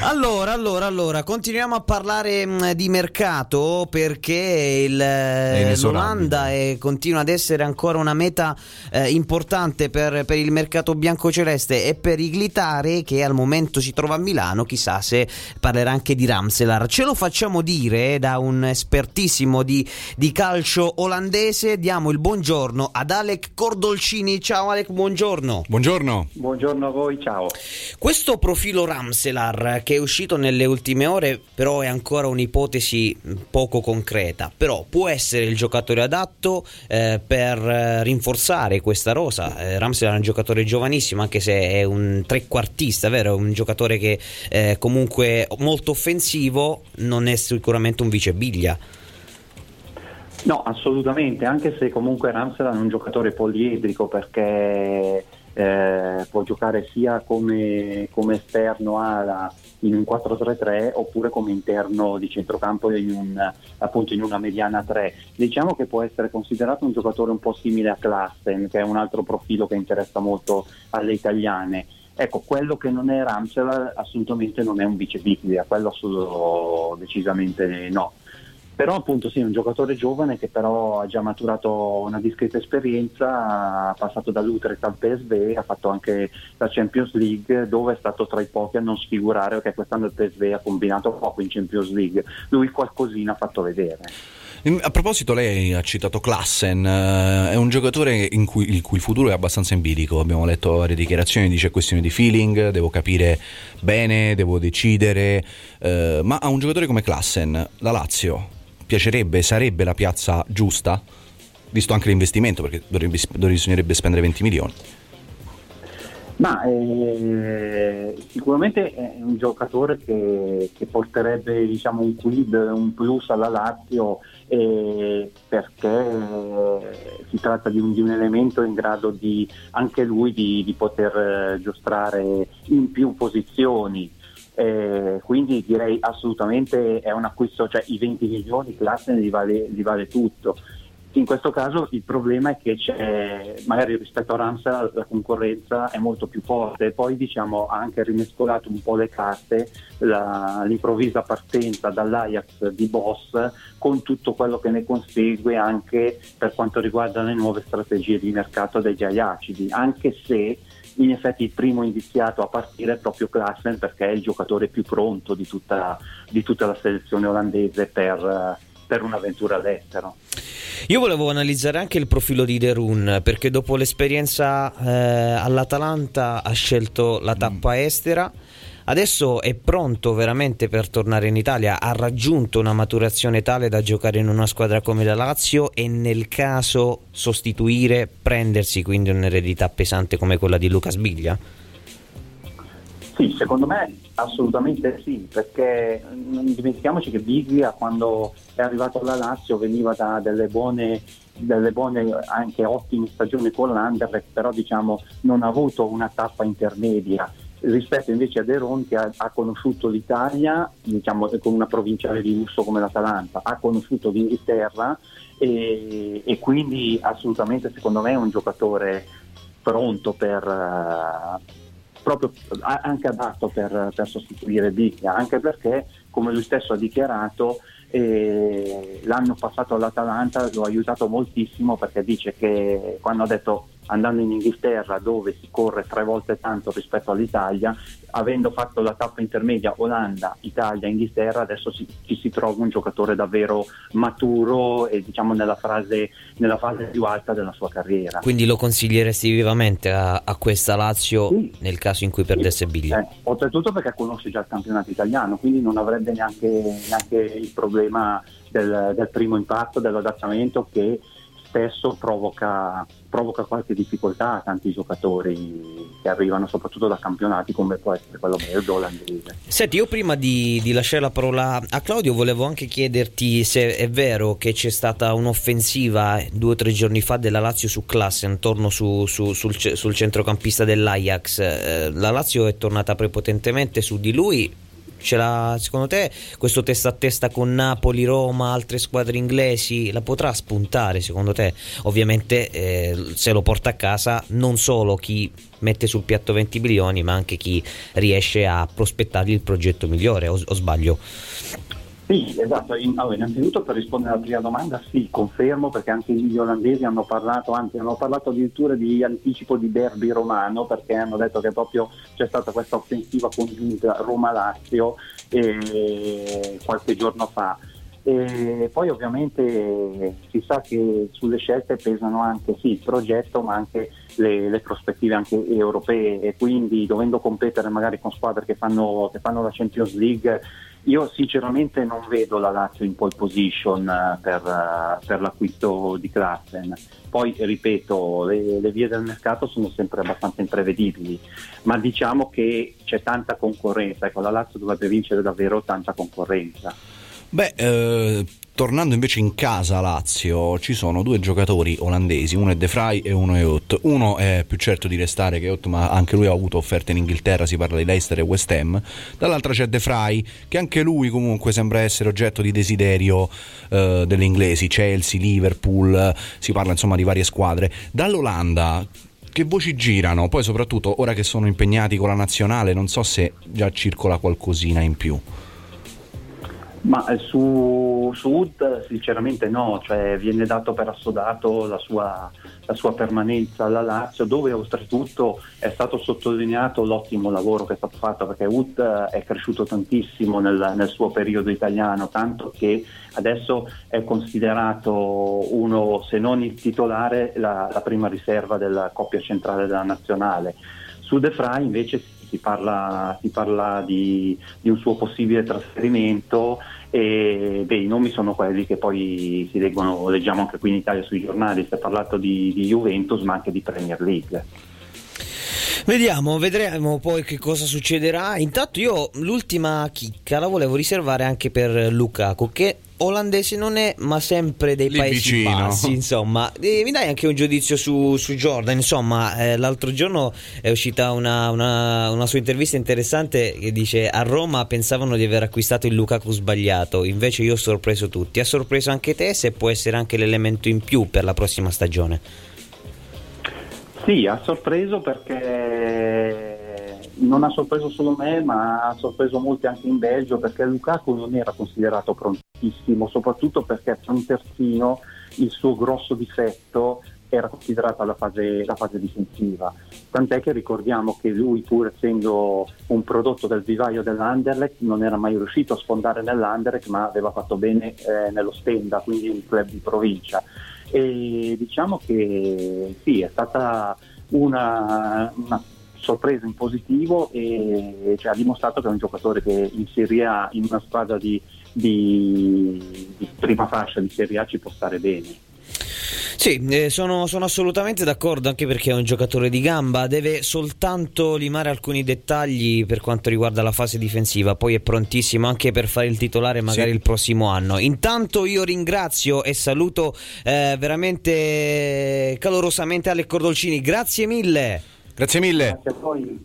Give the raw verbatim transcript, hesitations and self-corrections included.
Allora, allora, allora, continuiamo a parlare mh, di mercato, perché il, È l'Olanda è, continua ad essere ancora una meta eh, importante per, per il mercato biancoceleste e per Iglitare, che al momento si trova a Milano. Chissà se parlerà anche di Ramselaar. Ce lo facciamo dire da un espertissimo di, di calcio olandese. Diamo il buongiorno ad Alec Cordolcini. Ciao Alec, buongiorno. Buongiorno. Buongiorno a voi, ciao. Questo profilo Ramselaar che è uscito nelle ultime ore, però è ancora un'ipotesi poco concreta, però può essere il giocatore adatto eh, per rinforzare questa rosa. eh, Ramselaar è un giocatore giovanissimo, anche se è un trequartista, vero? È un giocatore che eh, comunque molto offensivo, non è sicuramente un vice Biglia. No, assolutamente, anche se comunque Ramselaar è un giocatore poliedrico, perché eh, può giocare sia come, come esterno ala in un quattro tre tre oppure come interno di centrocampo in un, appunto in una mediana tre. Diciamo che può essere considerato un giocatore un po' simile a Klaassen, che è un altro profilo che interessa molto alle italiane. Ecco, quello che non è Ramselaar assolutamente non è un vice Biglia, quello assolut- decisamente no. Però appunto sì, è un giocatore giovane che però ha già maturato una discreta esperienza, ha passato dall'Utrecht al P S V, ha fatto anche la Champions League, dove è stato tra i pochi a non sfigurare, perché quest'anno il P S V ha combinato poco in Champions League, lui qualcosina ha fatto vedere. A proposito, lei ha citato Klaassen, è un giocatore in cui, il cui futuro è abbastanza in bilico. Abbiamo letto varie dichiarazioni, dice è questione di feeling, devo capire bene, devo decidere, eh, ma a un giocatore come Klaassen la Lazio piacerebbe, sarebbe la piazza giusta, visto anche l'investimento, perché dovrebbe, bisognerebbe spendere venti milioni. Ma eh, sicuramente è un giocatore che, che porterebbe, diciamo, un quid, un plus alla Lazio, eh, perché eh, si tratta di un, di un elemento in grado di anche lui di, di poter giostrare in più posizioni. Eh, quindi direi assolutamente è un acquisto, cioè i venti milioni Klaassen li vale, li vale tutto. In questo caso il problema è che c'è, magari rispetto a Ramselaar la concorrenza è molto più forte, e poi diciamo ha anche rimescolato un po' le carte la, l'improvvisa partenza dall'Ajax di Boss, con tutto quello che ne consegue anche per quanto riguarda le nuove strategie di mercato degli Ajaxidi, anche se in effetti il primo indiziato a partire è proprio Klaassen, perché è il giocatore più pronto di tutta, di tutta la selezione olandese per, per un'avventura all'estero. Io volevo analizzare anche il profilo di De Roon, perché dopo l'esperienza eh, all'Atalanta ha scelto la tappa estera. Adesso è pronto veramente per tornare in Italia, ha raggiunto una maturazione tale da giocare in una squadra come la Lazio e nel caso sostituire, prendersi quindi un'eredità pesante come quella di Lucas Biglia? Sì, secondo me assolutamente sì, perché non dimentichiamoci che Biglia quando è arrivato alla Lazio veniva da delle buone delle buone anche ottime stagioni con l'Anderlecht, però diciamo non ha avuto una tappa intermedia rispetto invece a De Roon, che ha, ha conosciuto l'Italia, diciamo, con una provinciale di lusso come l'Atalanta, ha conosciuto l'Inghilterra e, e quindi assolutamente secondo me è un giocatore pronto per uh, proprio anche adatto per, per sostituire Biglia, anche perché come lui stesso ha dichiarato eh, l'anno passato all'Atalanta lo ha aiutato moltissimo, perché dice che quando ha detto andando in Inghilterra dove si corre tre volte tanto rispetto all'Italia, avendo fatto la tappa intermedia Olanda, Italia, Inghilterra, adesso si, ci si trova un giocatore davvero maturo e diciamo nella fase, nella fase più alta della sua carriera. Quindi lo consiglieresti vivamente a, a questa Lazio sì, nel caso in cui perdesse sì. Biglia? Eh, oltretutto perché conosce già il campionato italiano, quindi non avrebbe neanche, neanche il problema del, del primo impatto, dell'adattamento che spesso provoca, provoca qualche difficoltà a tanti giocatori che arrivano soprattutto da campionati come può essere quello belga o olandese. Senti, io prima di, di lasciare la parola a Claudio volevo anche chiederti se è vero che c'è stata un'offensiva due o tre giorni fa della Lazio su Klaassen, torno su, su, sul, sul centrocampista dell'Ajax. Eh, la Lazio è tornata prepotentemente su di lui Ce l'ha, secondo te questo testa a testa con Napoli, Roma, altre squadre inglesi la potrà spuntare secondo te? Ovviamente eh, se lo porta a casa non solo chi mette sul piatto venti milioni, ma anche chi riesce a prospettargli il progetto migliore, o, o sbaglio? Sì, esatto. Allora, innanzitutto per rispondere alla prima domanda, sì, confermo, perché anche gli olandesi hanno parlato, anzi hanno parlato addirittura di anticipo di derby romano, perché hanno detto che proprio c'è stata questa offensiva congiunta Roma-Lazio eh, qualche giorno fa. E poi ovviamente si sa che sulle scelte pesano anche sì il progetto, ma anche le, le prospettive anche europee, e quindi dovendo competere magari con squadre che fanno, che fanno la Champions League, io sinceramente non vedo la Lazio in pole position per, per l'acquisto di Klaassen. Poi ripeto, le, le vie del mercato sono sempre abbastanza imprevedibili, ma diciamo che c'è tanta concorrenza, ecco, la Lazio dovrebbe vincere davvero tanta concorrenza. Beh, eh, tornando invece in casa a Lazio, ci sono due giocatori olandesi, uno è De Vrij e uno è Ott. Uno è più certo di restare che Ott, ma anche lui ha avuto offerte in Inghilterra, si parla di Leicester e West Ham. Dall'altra c'è De Vrij, che anche lui comunque sembra essere oggetto di desiderio eh, delle inglesi, Chelsea, Liverpool, si parla insomma di varie squadre. Dall'Olanda che voci girano? Poi soprattutto ora che sono impegnati con la nazionale, non so se già circola qualcosina in più. Ma su, su Wood sinceramente no, cioè viene dato per assodato la sua, la sua permanenza alla Lazio, dove oltretutto è stato sottolineato l'ottimo lavoro che è stato fatto, perché Wood è cresciuto tantissimo nel, nel suo periodo italiano, tanto che adesso è considerato uno, se non il titolare, la, la prima riserva della coppia centrale della nazionale. Su De Vrij invece si parla, si parla di, di un suo possibile trasferimento, e beh, i nomi sono quelli che poi si leggono, leggiamo anche qui in Italia sui giornali. Si è parlato di, di Juventus, ma anche di Premier League. Vediamo, vedremo poi che cosa succederà. Intanto io l'ultima chicca la volevo riservare anche per Lukaku, che olandese non è, ma sempre dei lì Paesi vicino. Bassi, insomma. E mi dai anche un giudizio su, su Jordan? Insomma, eh, l'altro giorno è uscita una, una, una sua intervista interessante che dice: a Roma pensavano di aver acquistato il Lukaku sbagliato, invece io ho sorpreso tutti. Ha sorpreso anche te? Se può essere anche l'elemento in più per la prossima stagione? Sì, ha sorpreso, perché non ha sorpreso solo me, ma ha sorpreso molti anche in Belgio, perché Lukaku non era considerato prontissimo, soprattutto perché per un terzino il suo grosso difetto era considerata la fase, la fase difensiva, tant'è che ricordiamo che lui, pur essendo un prodotto del vivaio dell'Anderlecht, non era mai riuscito a sfondare nell'Anderlecht, ma aveva fatto bene eh, nello Stenda, quindi un club di provincia. E diciamo che sì, è stata una, una sorpresa in positivo, e cioè, ha dimostrato che è un giocatore che in Serie A, in una squadra di, di, di prima fascia di Serie A, ci può stare bene. Sì, eh, sono, sono assolutamente d'accordo, anche perché è un giocatore di gamba, deve soltanto limare alcuni dettagli per quanto riguarda la fase difensiva, poi è prontissimo anche per fare il titolare magari sì. il prossimo anno. Intanto io ringrazio e saluto eh, veramente calorosamente Alec Cordolcini, grazie mille. Grazie mille. Grazie a voi.